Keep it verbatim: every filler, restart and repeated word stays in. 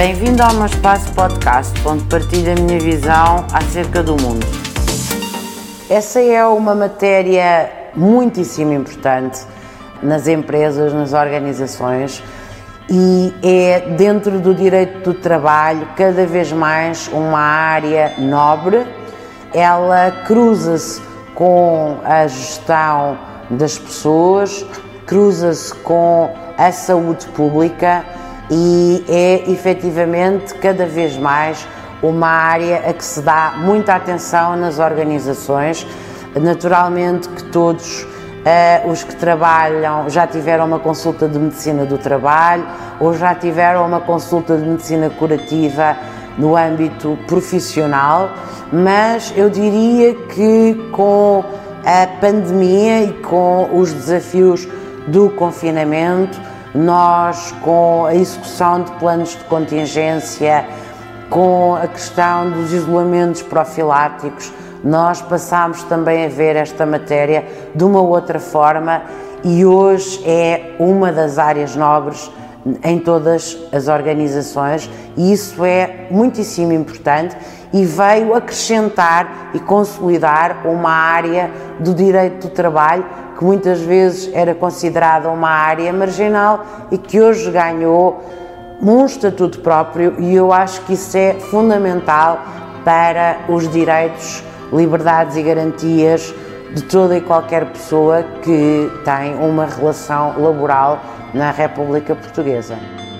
Bem-vindo ao meu espaço podcast, onde partilho a minha visão acerca do mundo. Essa é uma matéria muitíssimo importante nas empresas, nas organizações, e é dentro do direito do trabalho cada vez mais uma área nobre. Ela cruza-se com a gestão das pessoas, cruza-se com a saúde pública e é efetivamente cada vez mais uma área a que se dá muita atenção nas organizações. Naturalmente que todos uh, os que trabalham já tiveram uma consulta de medicina do trabalho ou já tiveram uma consulta de medicina curativa no âmbito profissional, mas eu diria que com a pandemia e com os desafios do confinamento, nós, com a execução de planos de contingência, com a questão dos isolamentos profiláticos, nós passámos também a ver esta matéria de uma outra forma e hoje é uma das áreas nobres em todas as organizações, e isso é muitíssimo importante e veio acrescentar e consolidar uma área do direito do trabalho que muitas vezes era considerada uma área marginal e que hoje ganhou um estatuto próprio, e eu acho que isso é fundamental para os direitos, liberdades e garantias de toda e qualquer pessoa que tem uma relação laboral na República Portuguesa.